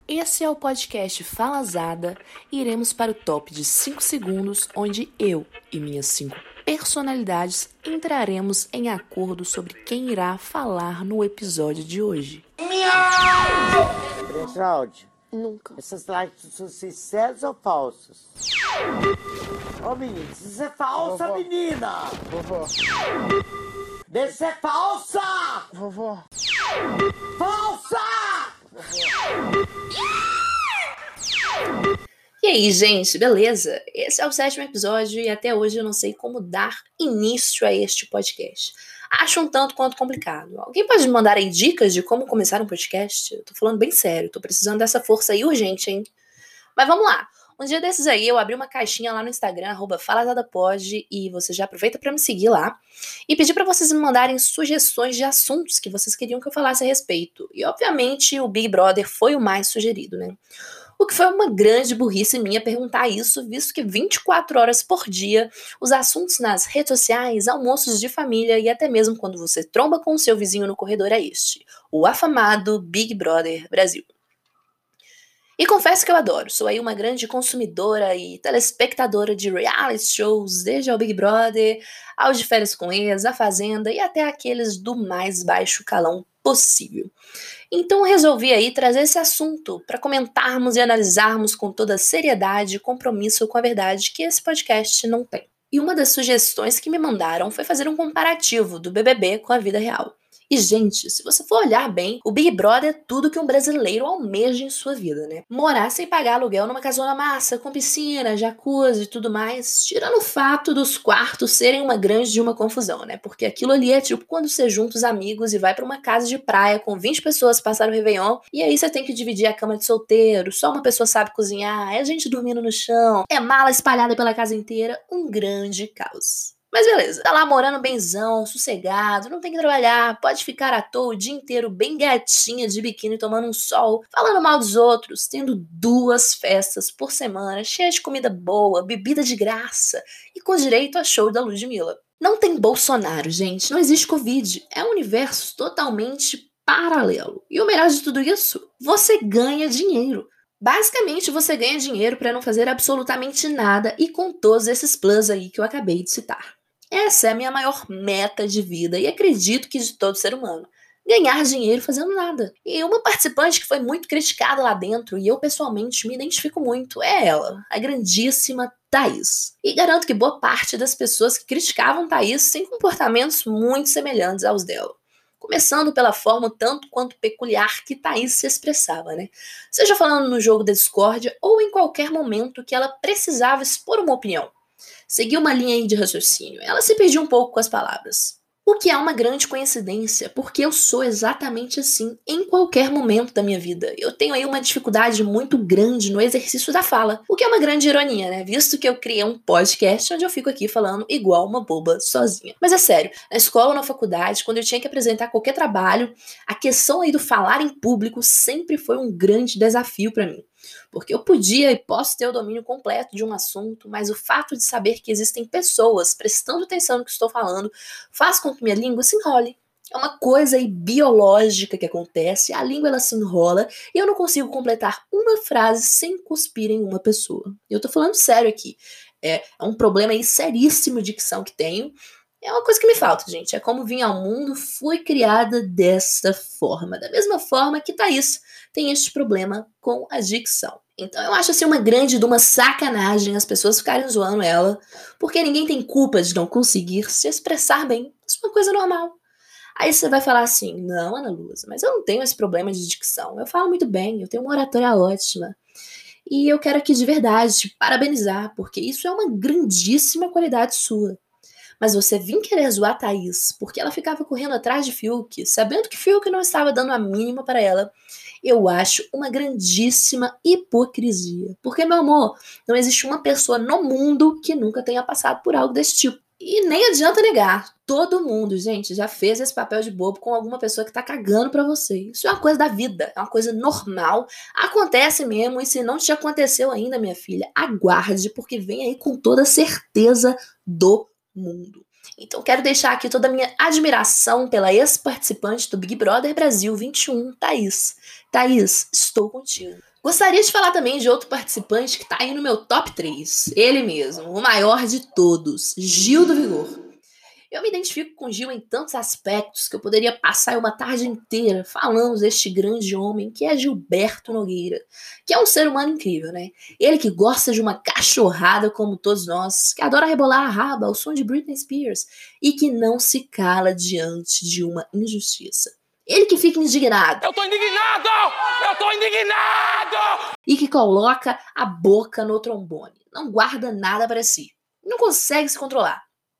Esse é o podcast Falazada e iremos para o top de 5 segundos, onde eu e minhas 5 personalidades entraremos em acordo sobre quem irá falar no episódio de hoje. Preste áudio. Nunca. Essas lives são sinceras ou falsas? Ô menino, isso é falsa, Vovó. menina! Vovó, Deve ser falsa! vovó, Falsa! E aí, gente, beleza? Esse é o 7º episódio e até hoje eu não sei como dar início a este podcast. Acho um tanto quanto complicado. Alguém pode me mandar aí dicas de como começar um podcast? Eu tô falando bem sério, tô precisando dessa força aí urgente, hein? Mas vamos lá. Um dia desses aí eu abri uma caixinha lá no Instagram, @falazadapod, e você já aproveita pra me seguir lá e pedir pra vocês me mandarem sugestões de assuntos que vocês queriam que eu falasse a respeito. E obviamente o Big Brother foi o mais sugerido, né? O que foi uma grande burrice minha perguntar isso, visto que 24 horas por dia, os assuntos nas redes sociais, almoços de família e até mesmo quando você tromba com o seu vizinho no corredor é este, o afamado Big Brother Brasil. E confesso que eu adoro, sou aí uma grande consumidora e telespectadora de reality shows, desde ao Big Brother, ao de Férias com Ex, a Fazenda e até aqueles do mais baixo calão possível. Então resolvi aí trazer esse assunto para comentarmos e analisarmos com toda a seriedade e compromisso com a verdade que esse podcast não tem. E uma das sugestões que me mandaram foi fazer um comparativo do BBB com a vida real. E, gente, se você for olhar bem, o Big Brother é tudo que um brasileiro almeja em sua vida, né? Morar sem pagar aluguel numa casona massa, com piscina, jacuzzi e tudo mais, tirando o fato dos quartos serem uma grande confusão, né? Porque aquilo ali é tipo quando você junta os amigos e vai pra uma casa de praia com 20 pessoas passar o Réveillon, e aí você tem que dividir a cama de solteiro, só uma pessoa sabe cozinhar, é gente dormindo no chão, é mala espalhada pela casa inteira, um grande caos. Mas beleza, tá lá morando benzão, sossegado, não tem que trabalhar, pode ficar à toa o dia inteiro bem gatinha de biquíni tomando um sol, falando mal dos outros, tendo 2 festas por semana, cheia de comida boa, bebida de graça e com direito a show da Ludmilla. Não tem Bolsonaro, gente, não existe Covid, é um universo totalmente paralelo. E o melhor de tudo isso, você ganha dinheiro. Basicamente, você ganha dinheiro para não fazer absolutamente nada e com todos esses plus aí que eu acabei de citar. Essa é a minha maior meta de vida e acredito que de todo ser humano. Ganhar dinheiro fazendo nada. E uma participante que foi muito criticada lá dentro, e eu pessoalmente me identifico muito, é ela, a grandíssima Thaís. E garanto que boa parte das pessoas que criticavam Thaís têm comportamentos muito semelhantes aos dela. Começando pela forma tanto quanto peculiar que Thaís se expressava, né? Seja falando no jogo da discórdia ou em qualquer momento que ela precisava expor uma opinião. Seguiu uma linha aí de raciocínio. Ela se perdia um pouco com as palavras. O que é uma grande coincidência, porque eu sou exatamente assim em qualquer momento da minha vida. Eu tenho aí uma dificuldade muito grande no exercício da fala, o que é uma grande ironia, né? Visto que eu criei um podcast onde eu fico aqui falando igual uma boba sozinha. Mas é sério, na escola ou na faculdade, quando eu tinha que apresentar qualquer trabalho, a questão aí do falar em público sempre foi um grande desafio para mim. Porque eu podia e posso ter o domínio completo de um assunto, mas o fato de saber que existem pessoas prestando atenção no que estou falando faz com que minha língua se enrole. É uma coisa aí biológica que acontece, a língua ela se enrola e eu não consigo completar uma frase sem cuspir em uma pessoa. Eu tô falando sério aqui. É um problema aí seríssimo de dicção que tenho. É uma coisa que me falta, gente. É como vim ao mundo, fui criada dessa forma. Da mesma forma que Thaís tem este problema com a dicção. Então eu acho assim uma grande de uma sacanagem as pessoas ficarem zoando ela, porque ninguém tem culpa de não conseguir se expressar bem. Isso é uma coisa normal. Aí você vai falar assim, não, Ana Lusa, mas eu não tenho esse problema de dicção. Eu falo muito bem, eu tenho uma oratória ótima. E eu quero aqui de verdade te parabenizar, porque isso é uma grandíssima qualidade sua. Mas você vir querer zoar a Thaís porque ela ficava correndo atrás de Fiuk, sabendo que Fiuk não estava dando a mínima para ela, eu acho uma grandíssima hipocrisia. Porque, meu amor, não existe uma pessoa no mundo que nunca tenha passado por algo desse tipo. E nem adianta negar. Todo mundo, gente, já fez esse papel de bobo com alguma pessoa que tá cagando pra você. Isso é uma coisa da vida, é uma coisa normal. Acontece mesmo, e se não te aconteceu ainda, minha filha, aguarde, porque vem aí com toda certeza do mundo. Então quero deixar aqui toda a minha admiração pela ex-participante do Big Brother Brasil 21, Thaís. Thaís, estou contigo. Gostaria de falar também de outro participante que tá aí no meu top 3. Ele mesmo, o maior de todos, Gil do Vigor. Eu me identifico com Gil em tantos aspectos que eu poderia passar uma tarde inteira falando deste grande homem que é Gilberto Nogueira, que é um ser humano incrível, né? Ele que gosta de uma cachorrada como todos nós, que adora rebolar a raba ao som de Britney Spears e que não se cala diante de uma injustiça. Ele que fica indignado. Eu tô indignado! Eu tô indignado! E que coloca a boca no trombone. Não guarda nada para si. Não consegue se controlar.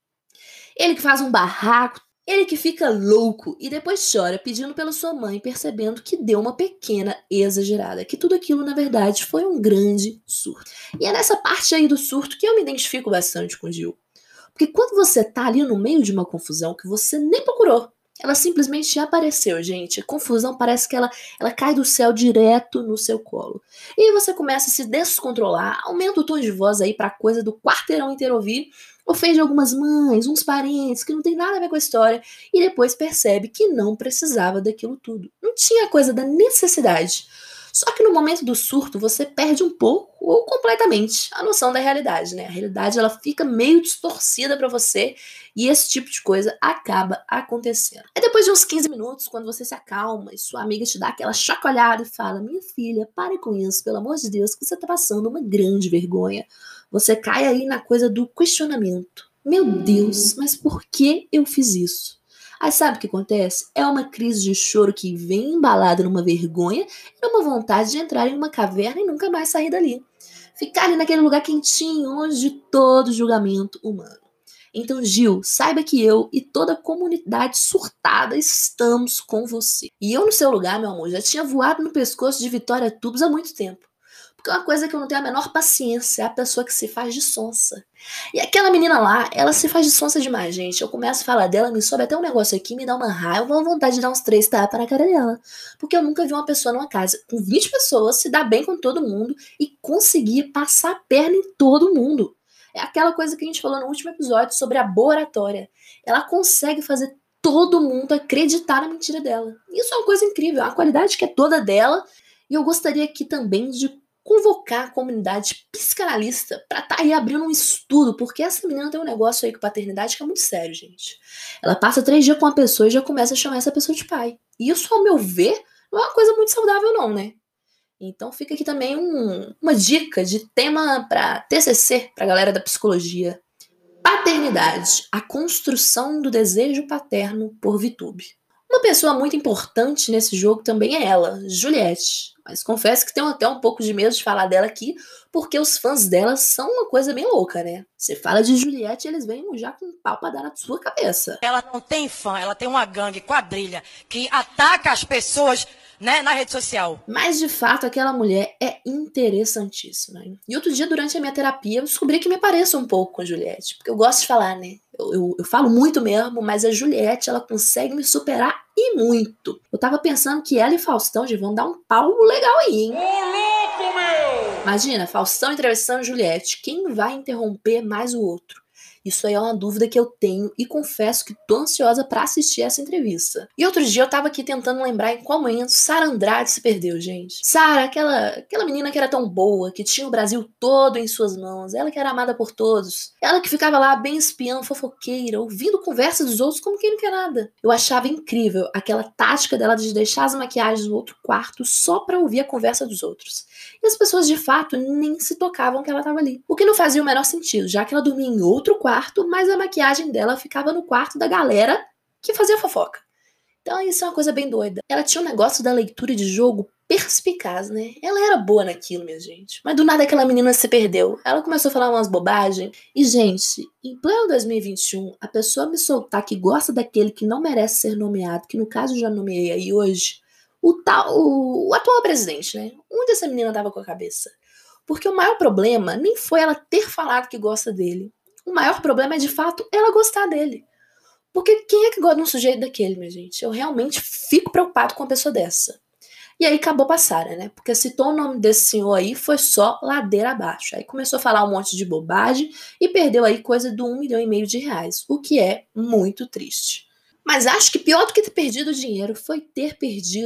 Ele que faz um barraco, ele que fica louco e depois chora pedindo pela sua mãe, percebendo que deu uma pequena exagerada, que tudo aquilo na verdade foi um grande surto. E é nessa parte aí do surto que eu me identifico bastante com o Gil. Porque quando você tá ali no meio de uma confusão que você nem procurou, ela simplesmente apareceu, gente. A confusão parece que ela cai do céu direto no seu colo. E aí você começa a se descontrolar, aumenta o tom de voz aí pra coisa do quarteirão inteiro ouvir, ofende algumas mães, uns parentes que não tem nada a ver com a história e depois percebe que não precisava daquilo tudo. Não tinha a coisa da necessidade. Só que no momento do surto você perde um pouco ou completamente a noção da realidade, né? A realidade ela fica meio distorcida pra você e esse tipo de coisa acaba acontecendo. Aí depois de uns 15 minutos, quando você se acalma e sua amiga te dá aquela chacoalhada e fala: minha filha, pare com isso, pelo amor de Deus, que você tá passando uma grande vergonha. Você cai aí na coisa do questionamento. Meu Deus, mas por que eu fiz isso? Aí sabe o que acontece? É uma crise de choro que vem embalada numa vergonha e numa vontade de entrar em uma caverna e nunca mais sair dali. Ficar ali naquele lugar quentinho, longe de todo julgamento humano. Então, Gil, saiba que eu e toda a comunidade surtada estamos com você. E eu no seu lugar, meu amor, já tinha voado no pescoço de Vitória Tubos há muito tempo. Porque uma coisa que eu não tenho a menor paciência é a pessoa que se faz de sonsa. E aquela menina lá, ela se faz de sonsa demais, gente. Eu começo a falar dela, me sobe até um negócio aqui, me dá uma raiva, uma vontade de dar uns 3 tapas na cara dela. Porque eu nunca vi uma pessoa numa casa com 20 pessoas se dar bem com todo mundo e conseguir passar a perna em todo mundo. É aquela coisa que a gente falou no último episódio sobre a boa oratória. Ela consegue fazer todo mundo acreditar na mentira dela. Isso é uma coisa incrível, é uma qualidade que é toda dela. E eu gostaria aqui também de convocar a comunidade psicanalista pra tá aí abrindo um estudo, porque essa menina tem um negócio aí com paternidade que é muito sério, gente. Ela passa 3 dias com uma pessoa e já começa a chamar essa pessoa de pai. E isso, ao meu ver, não é uma coisa muito saudável não, né? Então fica aqui também uma dica de tema pra TCC, pra galera da psicologia. Paternidade, a construção do desejo paterno por VTube. Uma pessoa muito importante nesse jogo também é ela, Juliette. Mas confesso que tenho até um pouco de medo de falar dela aqui, porque os fãs dela são uma coisa bem louca, né? Você fala de Juliette, eles vêm já com um pau pra dar na sua cabeça. Ela não tem fã, ela tem uma gangue, quadrilha, que ataca as pessoas, né, na rede social. Mas, de fato, aquela mulher é interessantíssima. Hein? E outro dia, durante a minha terapia, eu descobri que me pareço um pouco com a Juliette. Porque eu gosto de falar, né? Eu falo muito mesmo, mas a Juliette, ela consegue me superar e muito. Eu tava pensando que ela e Faustão já vão dar um pau legal aí, hein? Ô, louco, meu! Imagina, Faustão entrevistando Juliette. Quem vai interromper mais o outro? Isso aí é uma dúvida que eu tenho e confesso que tô ansiosa pra assistir essa entrevista. E outro dia eu tava aqui tentando lembrar em qual momento Sara Andrade se perdeu, gente. Sara, aquela menina que era tão boa, que tinha o Brasil todo em suas mãos, ela que era amada por todos. Ela que ficava lá bem espiã, fofoqueira, ouvindo conversa dos outros como quem não quer nada. Eu achava incrível aquela tática dela de deixar as maquiagens no outro quarto só pra ouvir a conversa dos outros. E as pessoas de fato nem se tocavam que ela tava ali. O que não fazia o menor sentido, já que ela dormia em outro quarto, mas a maquiagem dela ficava no quarto da galera que fazia fofoca. Então isso é uma coisa bem doida. Ela tinha um negócio da leitura de jogo perspicaz, né? Ela era boa naquilo, minha gente. Mas do nada aquela menina se perdeu. Ela começou a falar umas bobagens. E, gente, em pleno 2021, a pessoa me soltar que gosta daquele que não merece ser nomeado, que no caso eu já nomeei aí hoje, o atual presidente, né? Onde essa menina tava com a cabeça? Porque o maior problema nem foi ela ter falado que gosta dele. O maior problema é, de fato, ela gostar dele. Porque quem é que gosta de um sujeito daquele, minha gente? Eu realmente fico preocupado com uma pessoa dessa. E aí acabou pra Sara, né? Porque citou o nome desse senhor aí, foi só ladeira abaixo. Aí começou a falar um monte de bobagem e perdeu aí coisa do R$1,5 milhão, o que é muito triste. Mas acho que pior do que ter perdido o dinheiro foi ter perdido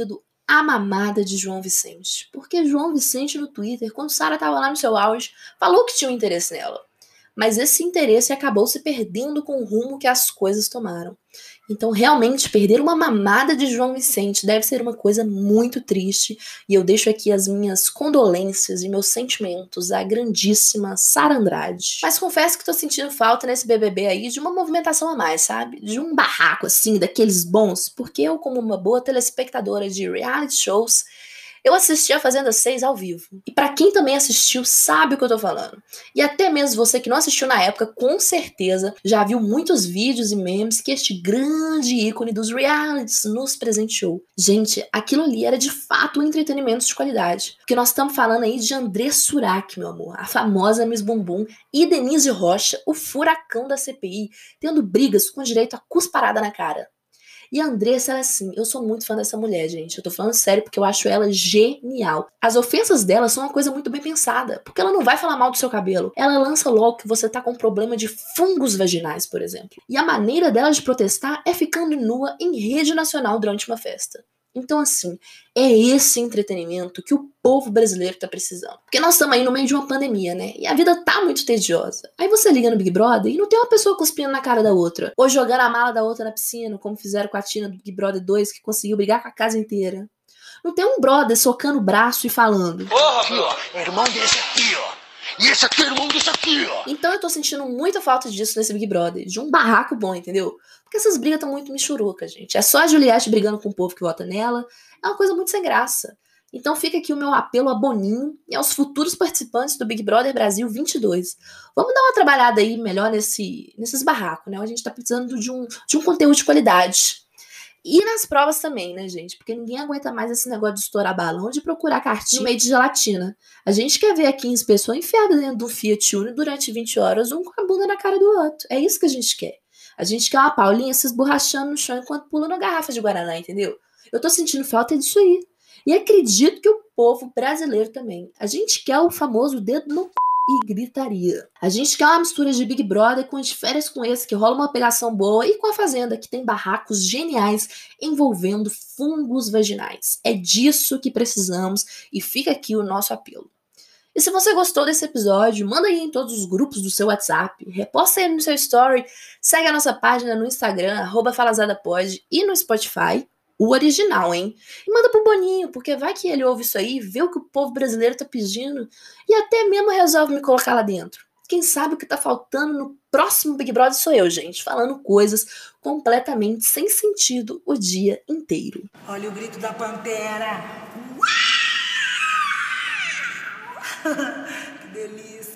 a mamada de João Vicente. Porque João Vicente no Twitter, quando Sarah tava lá no seu auge, falou que tinha um interesse nela. Mas esse interesse acabou se perdendo com o rumo que as coisas tomaram. Então, realmente, perder uma mamada de João Vicente deve ser uma coisa muito triste. E eu deixo aqui as minhas condolências e meus sentimentos à grandíssima Sarah Andrade. Mas confesso que tô sentindo falta nesse BBB aí de uma movimentação a mais, sabe? De um barraco, assim, daqueles bons. Porque eu, como uma boa telespectadora de reality shows, eu assisti a Fazenda 6 ao vivo. E pra quem também assistiu, sabe o que eu tô falando. E até mesmo você que não assistiu na época, com certeza já viu muitos vídeos e memes que este grande ícone dos realities nos presenteou. Gente, aquilo ali era de fato um entretenimento de qualidade. Porque nós estamos falando aí de André Surak, meu amor, a famosa Miss Bumbum, e Denise Rocha, o furacão da CPI, tendo brigas com direito a cusparada na cara. E a Andressa, ela assim, eu sou muito fã dessa mulher, gente. Eu tô falando sério porque eu acho ela genial. As ofensas dela são uma coisa muito bem pensada, porque ela não vai falar mal do seu cabelo. Ela lança logo que você tá com problema de fungos vaginais, por exemplo. E a maneira dela de protestar é ficando nua em rede nacional durante uma festa. Então, assim, é esse entretenimento que o povo brasileiro tá precisando. Porque nós estamos aí no meio de uma pandemia, né? E a vida tá muito tediosa. Aí você liga no Big Brother e não tem uma pessoa cuspindo na cara da outra. Ou jogando a mala da outra na piscina, como fizeram com a Tina do Big Brother 2, que conseguiu brigar com a casa inteira. Não tem um brother socando o braço e falando: Aqui, ó, é irmão desse aqui, ó. E esse aqui é irmão desse aqui, ó. Então eu tô sentindo muita falta disso nesse Big Brother. De um barraco bom, entendeu? Porque essas brigas estão muito michurucas, gente. É só a Juliette brigando com o povo que vota nela. É uma coisa muito sem graça. Então fica aqui o meu apelo a Boninho e aos futuros participantes do Big Brother Brasil 22. Vamos dar uma trabalhada aí melhor nesses barracos, né? A gente tá precisando de um conteúdo de qualidade. E nas provas também, né, gente? Porque ninguém aguenta mais esse negócio de estourar balão, de procurar cartinha no meio de gelatina. A gente quer ver a 15 pessoas enfiadas dentro do Fiat Uno durante 20 horas, um com a bunda na cara do outro. É isso que a gente quer. A gente quer uma Paulinha se esborrachando no chão enquanto pula na garrafa de Guaraná, entendeu? Eu tô sentindo falta disso aí. E acredito que o povo brasileiro também. A gente quer o famoso dedo no e gritaria. A gente quer uma mistura de Big Brother com de férias com esse, que rola uma pegação boa, e com a Fazenda, que tem barracos geniais envolvendo fungos vaginais. É disso que precisamos e fica aqui o nosso apelo. E se você gostou desse episódio, manda aí em todos os grupos do seu WhatsApp, reposta aí no seu story, segue a nossa página no Instagram, @falazadapod, e no Spotify, o original, hein? E manda pro Boninho, porque vai que ele ouve isso aí, vê o que o povo brasileiro tá pedindo e até mesmo resolve me colocar lá dentro. Quem sabe o que tá faltando no próximo Big Brother sou eu, gente, falando coisas completamente sem sentido o dia inteiro. Olha o grito da pantera. Que delícia.